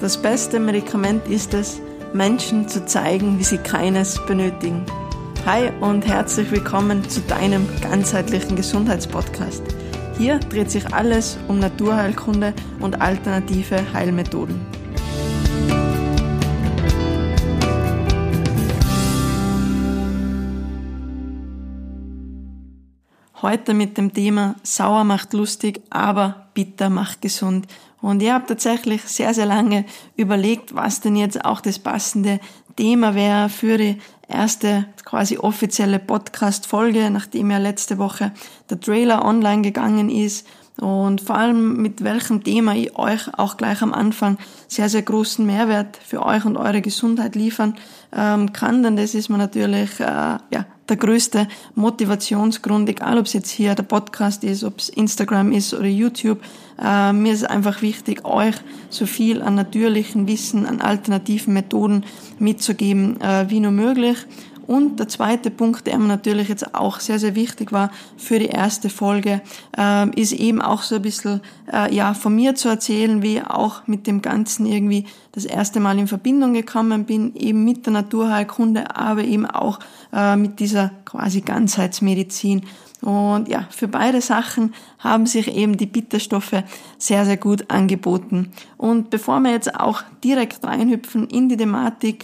Das beste Medikament ist es, Menschen zu zeigen, wie sie keines benötigen. Hi und herzlich willkommen zu deinem ganzheitlichen Gesundheitspodcast. Hier dreht sich alles um Naturheilkunde und alternative Heilmethoden. Heute mit dem Thema Sauer macht lustig, aber bitter macht gesund. Und ich habe tatsächlich sehr, sehr lange überlegt, was denn jetzt auch das passende Thema wäre für die erste quasi offizielle Podcast-Folge, nachdem ja letzte Woche der Trailer online gegangen ist. Und vor allem mit welchem Thema ich euch auch gleich am Anfang sehr, sehr großen Mehrwert für euch und eure Gesundheit liefern kann, denn das ist mir natürlich der größte Motivationsgrund, egal ob es jetzt hier der Podcast ist, ob es Instagram ist oder YouTube. Mir ist einfach wichtig, euch so viel an natürlichen Wissen, an alternativen Methoden mitzugeben, wie nur möglich. Und der zweite Punkt, der mir natürlich jetzt auch sehr, sehr wichtig war für die erste Folge, ist eben auch so ein bisschen von mir zu erzählen, wie ich auch mit dem Ganzen irgendwie das erste Mal in Verbindung gekommen bin, eben mit der Naturheilkunde, aber eben auch mit dieser quasi Ganzheitsmedizin. Und ja, für beide Sachen haben sich eben die Bitterstoffe sehr, sehr gut angeboten. Und bevor wir jetzt auch direkt reinhüpfen in die Thematik,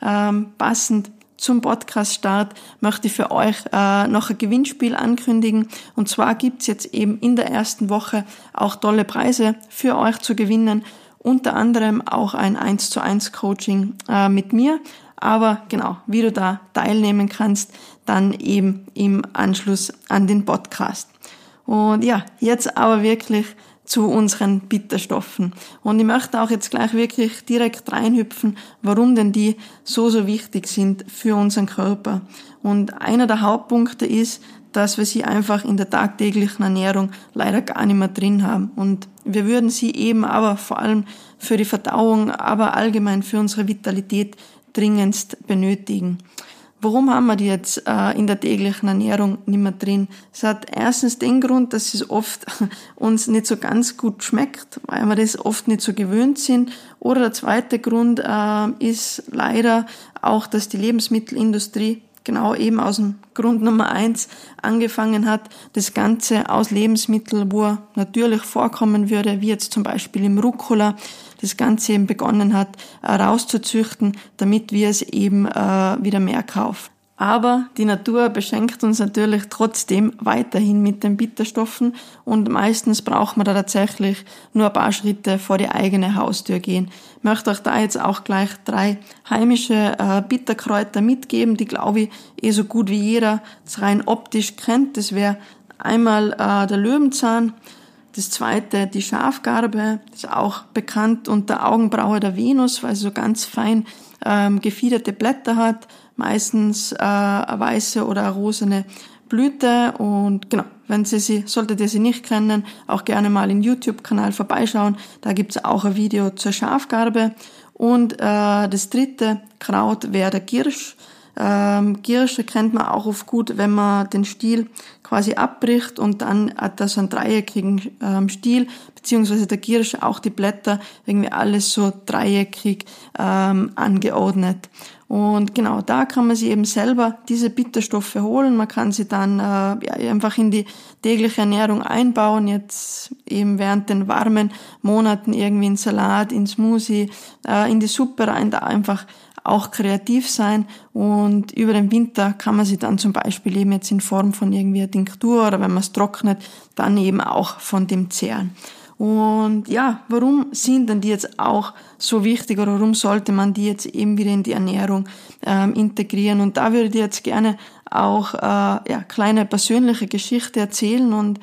passend zum Podcast-Start möchte ich für euch noch ein Gewinnspiel ankündigen. Und zwar gibt's jetzt eben in der ersten Woche auch tolle Preise für euch zu gewinnen. Unter anderem auch ein 1:1 Coaching mit mir. Aber genau, wie du da teilnehmen kannst, dann eben im Anschluss an den Podcast. Und ja, jetzt aber wirklich zu unseren Bitterstoffen. Und ich möchte auch jetzt gleich wirklich direkt reinhüpfen, warum denn die so wichtig sind für unseren Körper. Und einer der Hauptpunkte ist, dass wir sie einfach in der tagtäglichen Ernährung leider gar nicht mehr drin haben. Und wir würden sie eben aber vor allem für die Verdauung, aber allgemein für unsere Vitalität dringendst benötigen. Warum haben wir die jetzt in der täglichen Ernährung nicht mehr drin? Es hat erstens den Grund, dass es oft uns nicht so ganz gut schmeckt, weil wir das oft nicht so gewöhnt sind. Oder der zweite Grund ist leider auch, dass die Lebensmittelindustrie genau eben aus dem Grund Nummer 1 angefangen hat, das Ganze aus Lebensmitteln, wo natürlich vorkommen würde, wie jetzt zum Beispiel im Rucola, das Ganze eben begonnen hat, rauszuzüchten, damit wir es eben wieder mehr kaufen. Aber die Natur beschenkt uns natürlich trotzdem weiterhin mit den Bitterstoffen und meistens braucht man da tatsächlich nur ein paar Schritte vor die eigene Haustür gehen. Ich möchte euch da jetzt auch gleich 3 heimische Bitterkräuter mitgeben, die glaube ich so gut wie jeder rein optisch kennt. Das wäre einmal der Löwenzahn, das zweite die Schafgarbe, das ist auch bekannt unter Augenbraue der Venus, weil sie so ganz fein gefiederte Blätter hat, meistens eine weiße oder eine rosene Blüte. Und genau, solltet ihr sie nicht kennen, auch gerne mal im YouTube-Kanal vorbeischauen. Da gibt's auch ein Video zur Schafgarbe. Und das dritte Kraut wäre der Giersch. Giersch kennt man auch oft gut, wenn man den Stiel quasi abbricht und dann hat er so einen dreieckigen Stiel, beziehungsweise der Giersch auch die Blätter, irgendwie alles so dreieckig angeordnet. Und genau, da kann man sich eben selber diese Bitterstoffe holen. Man kann sie dann einfach in die tägliche Ernährung einbauen, jetzt eben während den warmen Monaten irgendwie in Salat, in Smoothie, in die Suppe rein, da einfach auch kreativ sein, und über den Winter kann man sie dann zum Beispiel eben jetzt in Form von irgendwie einer Tinktur oder wenn man es trocknet, dann eben auch von dem zehren. Und ja, warum sind denn die jetzt auch so wichtig oder warum sollte man die jetzt eben wieder in die Ernährung integrieren? Und da würde ich jetzt gerne auch kleine persönliche Geschichte erzählen und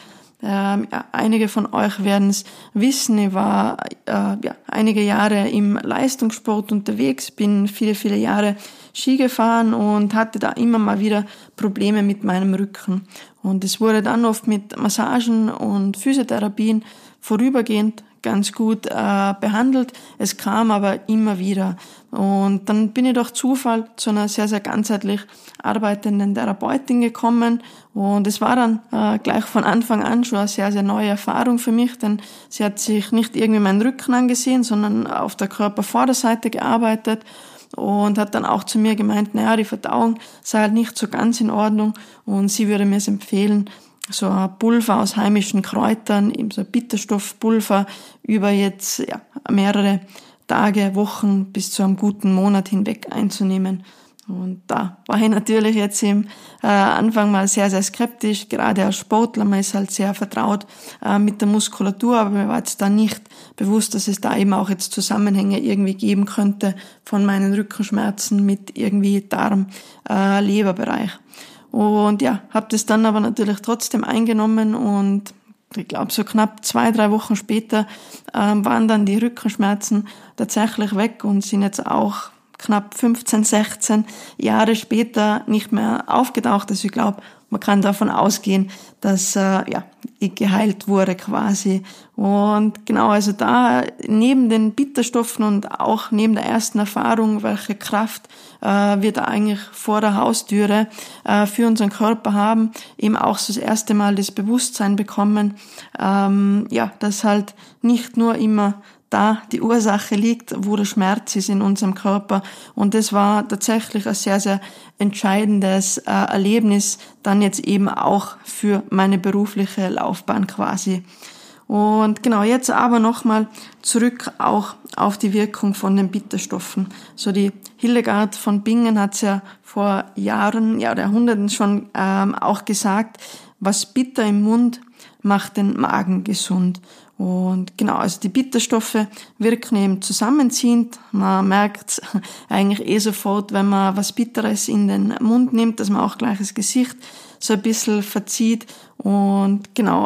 einige von euch werden es wissen. Ich war einige Jahre im Leistungssport unterwegs, bin viele, viele Jahre Ski gefahren und hatte da immer mal wieder Probleme mit meinem Rücken. Und es wurde dann oft mit Massagen und Physiotherapien vorübergehend ganz gut behandelt. Es kam aber immer wieder. Und dann bin ich durch Zufall zu einer sehr, sehr ganzheitlich arbeitenden Therapeutin gekommen. Und es war dann gleich von Anfang an schon eine sehr, sehr neue Erfahrung für mich, denn sie hat sich nicht irgendwie meinen Rücken angesehen, sondern auf der Körpervorderseite gearbeitet und hat dann auch zu mir gemeint, naja, die Verdauung sei halt nicht so ganz in Ordnung und sie würde mir es empfehlen, so ein Pulver aus heimischen Kräutern, eben so ein Bitterstoffpulver über jetzt mehrere Tage, Wochen bis zu einem guten Monat hinweg einzunehmen. Und da war ich natürlich jetzt im Anfang mal sehr, sehr skeptisch, gerade als Sportler, man ist halt sehr vertraut mit der Muskulatur, aber mir war jetzt da nicht bewusst, dass es da eben auch jetzt Zusammenhänge irgendwie geben könnte von meinen Rückenschmerzen mit irgendwie Darm, Leberbereich. Und ja, habe das dann aber natürlich trotzdem eingenommen und ich glaube, so knapp 2-3 Wochen später waren dann die Rückenschmerzen tatsächlich weg und sind jetzt auch knapp 15, 16 Jahre später nicht mehr aufgetaucht. Also ich glaube, man kann davon ausgehen, dass ich geheilt wurde quasi. Und genau, also da neben den Bitterstoffen und auch neben der ersten Erfahrung, welche Kraft wir da eigentlich vor der Haustüre für unseren Körper haben, eben auch so das erste Mal das Bewusstsein bekommen, dass halt nicht nur immer da die Ursache liegt, wo der Schmerz ist in unserem Körper. Und das war tatsächlich ein sehr, sehr entscheidendes Erlebnis, dann jetzt eben auch für meine berufliche Laufbahn quasi. Und genau, jetzt aber nochmal zurück auch auf die Wirkung von den Bitterstoffen. So die Hildegard von Bingen hat es ja vor Jahren, oder Jahrhunderten schon auch gesagt, was bitter im Mund macht den Magen gesund. Und genau, also die Bitterstoffe wirken eben zusammenziehend. Man merkt eigentlich sofort, wenn man was Bitteres in den Mund nimmt, dass man auch gleich das Gesicht so ein bisschen verzieht. Und genau,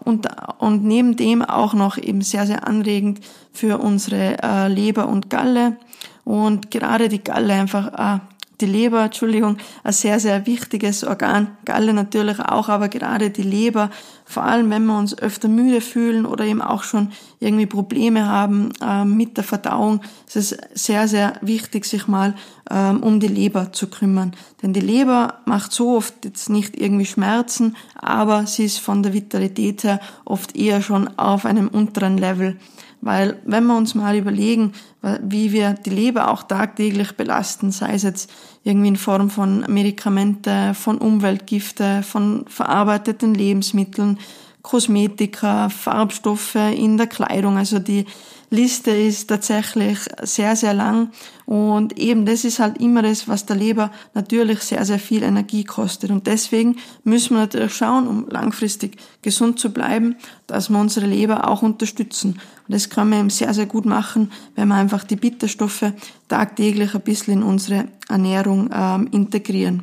und neben dem auch noch eben sehr, sehr anregend für unsere Leber und Galle. Und gerade die Galle einfach, die Leber, ein sehr, sehr wichtiges Organ, Galle natürlich auch, aber gerade die Leber, vor allem wenn wir uns öfter müde fühlen oder eben auch schon irgendwie Probleme haben mit der Verdauung, ist es sehr, sehr wichtig, sich mal um die Leber zu kümmern. Denn die Leber macht so oft jetzt nicht irgendwie Schmerzen, aber sie ist von der Vitalität her oft eher schon auf einem unteren Level. Weil wenn wir uns mal überlegen, wie wir die Leber auch tagtäglich belasten, sei es jetzt irgendwie in Form von Medikamente, von Umweltgifte, von verarbeiteten Lebensmitteln, Kosmetika, Farbstoffe in der Kleidung, also die Liste ist tatsächlich sehr, sehr lang und eben das ist halt immer das, was der Leber natürlich sehr, sehr viel Energie kostet und deswegen müssen wir natürlich schauen, um langfristig gesund zu bleiben, dass wir unsere Leber auch unterstützen und das können wir eben sehr, sehr gut machen, wenn wir einfach die Bitterstoffe tagtäglich ein bisschen in unsere Ernährung integrieren.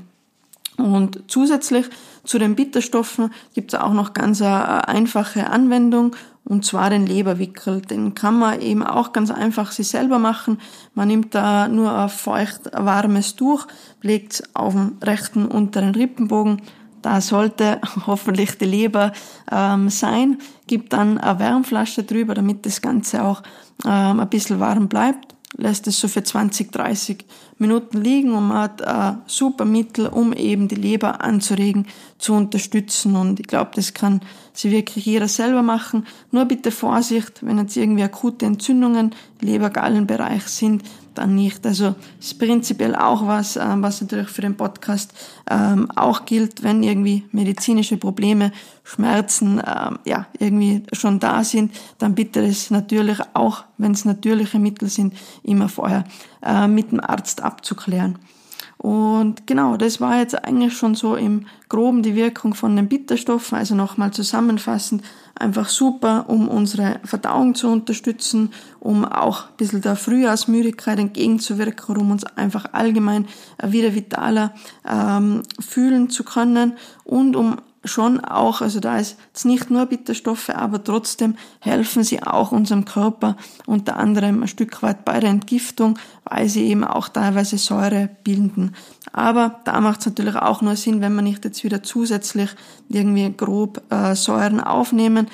Und zusätzlich zu den Bitterstoffen gibt es auch noch ganz eine einfache Anwendung, und zwar den Leberwickel. Den kann man eben auch ganz einfach sich selber machen. Man nimmt da nur ein feucht warmes Tuch, legt es auf den rechten unteren Rippenbogen. Da sollte hoffentlich die Leber sein. Gibt dann eine Wärmflasche drüber, damit das Ganze auch ein bisschen warm bleibt. Lässt es so für 20, 30 Minuten liegen und man hat ein super Mittel, um eben die Leber anzuregen, zu unterstützen. Und ich glaube, das kann sich wirklich jeder selber machen. Nur bitte Vorsicht, wenn jetzt irgendwie akute Entzündungen im Leber-Gallen-Bereich sind, dann nicht. Also ist prinzipiell auch was natürlich für den Podcast auch gilt, wenn irgendwie medizinische Probleme, Schmerzen irgendwie schon da sind, dann bitte das natürlich auch, wenn es natürliche Mittel sind, immer vorher mit dem Arzt abzuklären. Und genau, das war jetzt eigentlich schon so im Groben die Wirkung von den Bitterstoffen. Also nochmal zusammenfassend, einfach super, um unsere Verdauung zu unterstützen, um auch ein bisschen der Frühjahrsmüdigkeit entgegenzuwirken, um uns einfach allgemein wieder vitaler fühlen zu können und um schon auch, also da ist es nicht nur Bitterstoffe, aber trotzdem helfen sie auch unserem Körper unter anderem ein Stück weit bei der Entgiftung, weil sie eben auch teilweise Säure bilden. Aber da macht es natürlich auch nur Sinn, wenn wir nicht jetzt wieder zusätzlich irgendwie grob Säuren aufnehmen,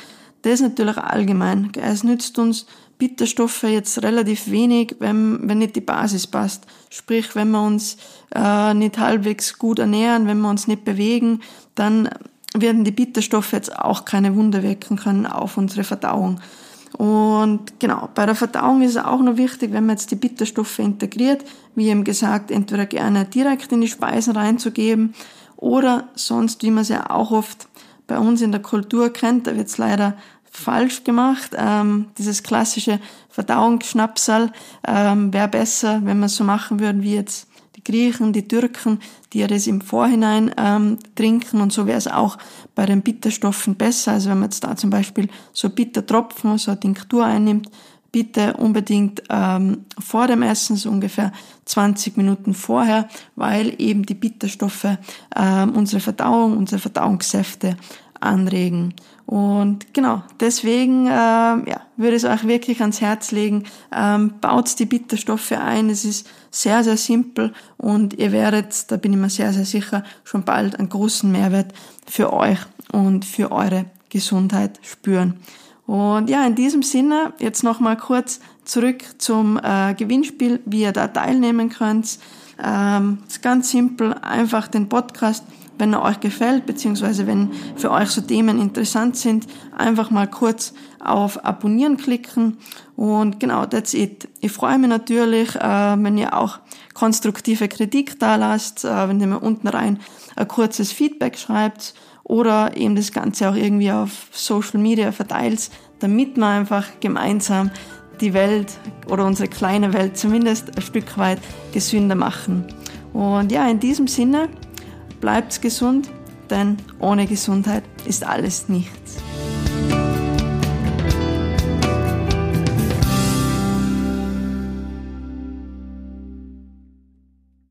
das natürlich allgemein. Es nützt uns Bitterstoffe jetzt relativ wenig, wenn nicht die Basis passt. Sprich, wenn wir uns nicht halbwegs gut ernähren, wenn wir uns nicht bewegen, dann werden die Bitterstoffe jetzt auch keine Wunder wirken können auf unsere Verdauung. Und genau, bei der Verdauung ist es auch noch wichtig, wenn man jetzt die Bitterstoffe integriert, wie eben gesagt, entweder gerne direkt in die Speisen reinzugeben oder sonst, wie man es ja auch oft bei uns in der Kultur kennt, da wird es leider falsch gemacht. Dieses klassische Verdauungsschnapsal wäre besser, wenn wir es so machen würden wie jetzt die Griechen, die Türken, die ja das im Vorhinein trinken, und so wäre es auch bei den Bitterstoffen besser. Also wenn man jetzt da zum Beispiel so Bittertropfen, so eine Tinktur einnimmt, bitte unbedingt vor dem Essen, so ungefähr 20 Minuten vorher, weil eben die Bitterstoffe unsere Verdauung, unsere Verdauungssäfte anregen. Und genau, deswegen würde ich es euch wirklich ans Herz legen, baut die Bitterstoffe ein. Es ist sehr, sehr simpel und ihr werdet, da bin ich mir sehr, sehr sicher, schon bald einen großen Mehrwert für euch und für eure Gesundheit spüren. Und ja, in diesem Sinne, jetzt nochmal kurz zurück zum Gewinnspiel, wie ihr da teilnehmen könnt. Ist ganz simpel, einfach den Podcast, wenn er euch gefällt, beziehungsweise wenn für euch so Themen interessant sind, einfach mal kurz auf Abonnieren klicken und genau, that's it. Ich freue mich natürlich, wenn ihr auch konstruktive Kritik da lasst, wenn ihr mir unten rein ein kurzes Feedback schreibt oder eben das Ganze auch irgendwie auf Social Media verteilt, damit wir einfach gemeinsam die Welt oder unsere kleine Welt zumindest ein Stück weit gesünder machen. Und ja, in diesem Sinne, bleibt gesund, denn ohne Gesundheit ist alles nichts.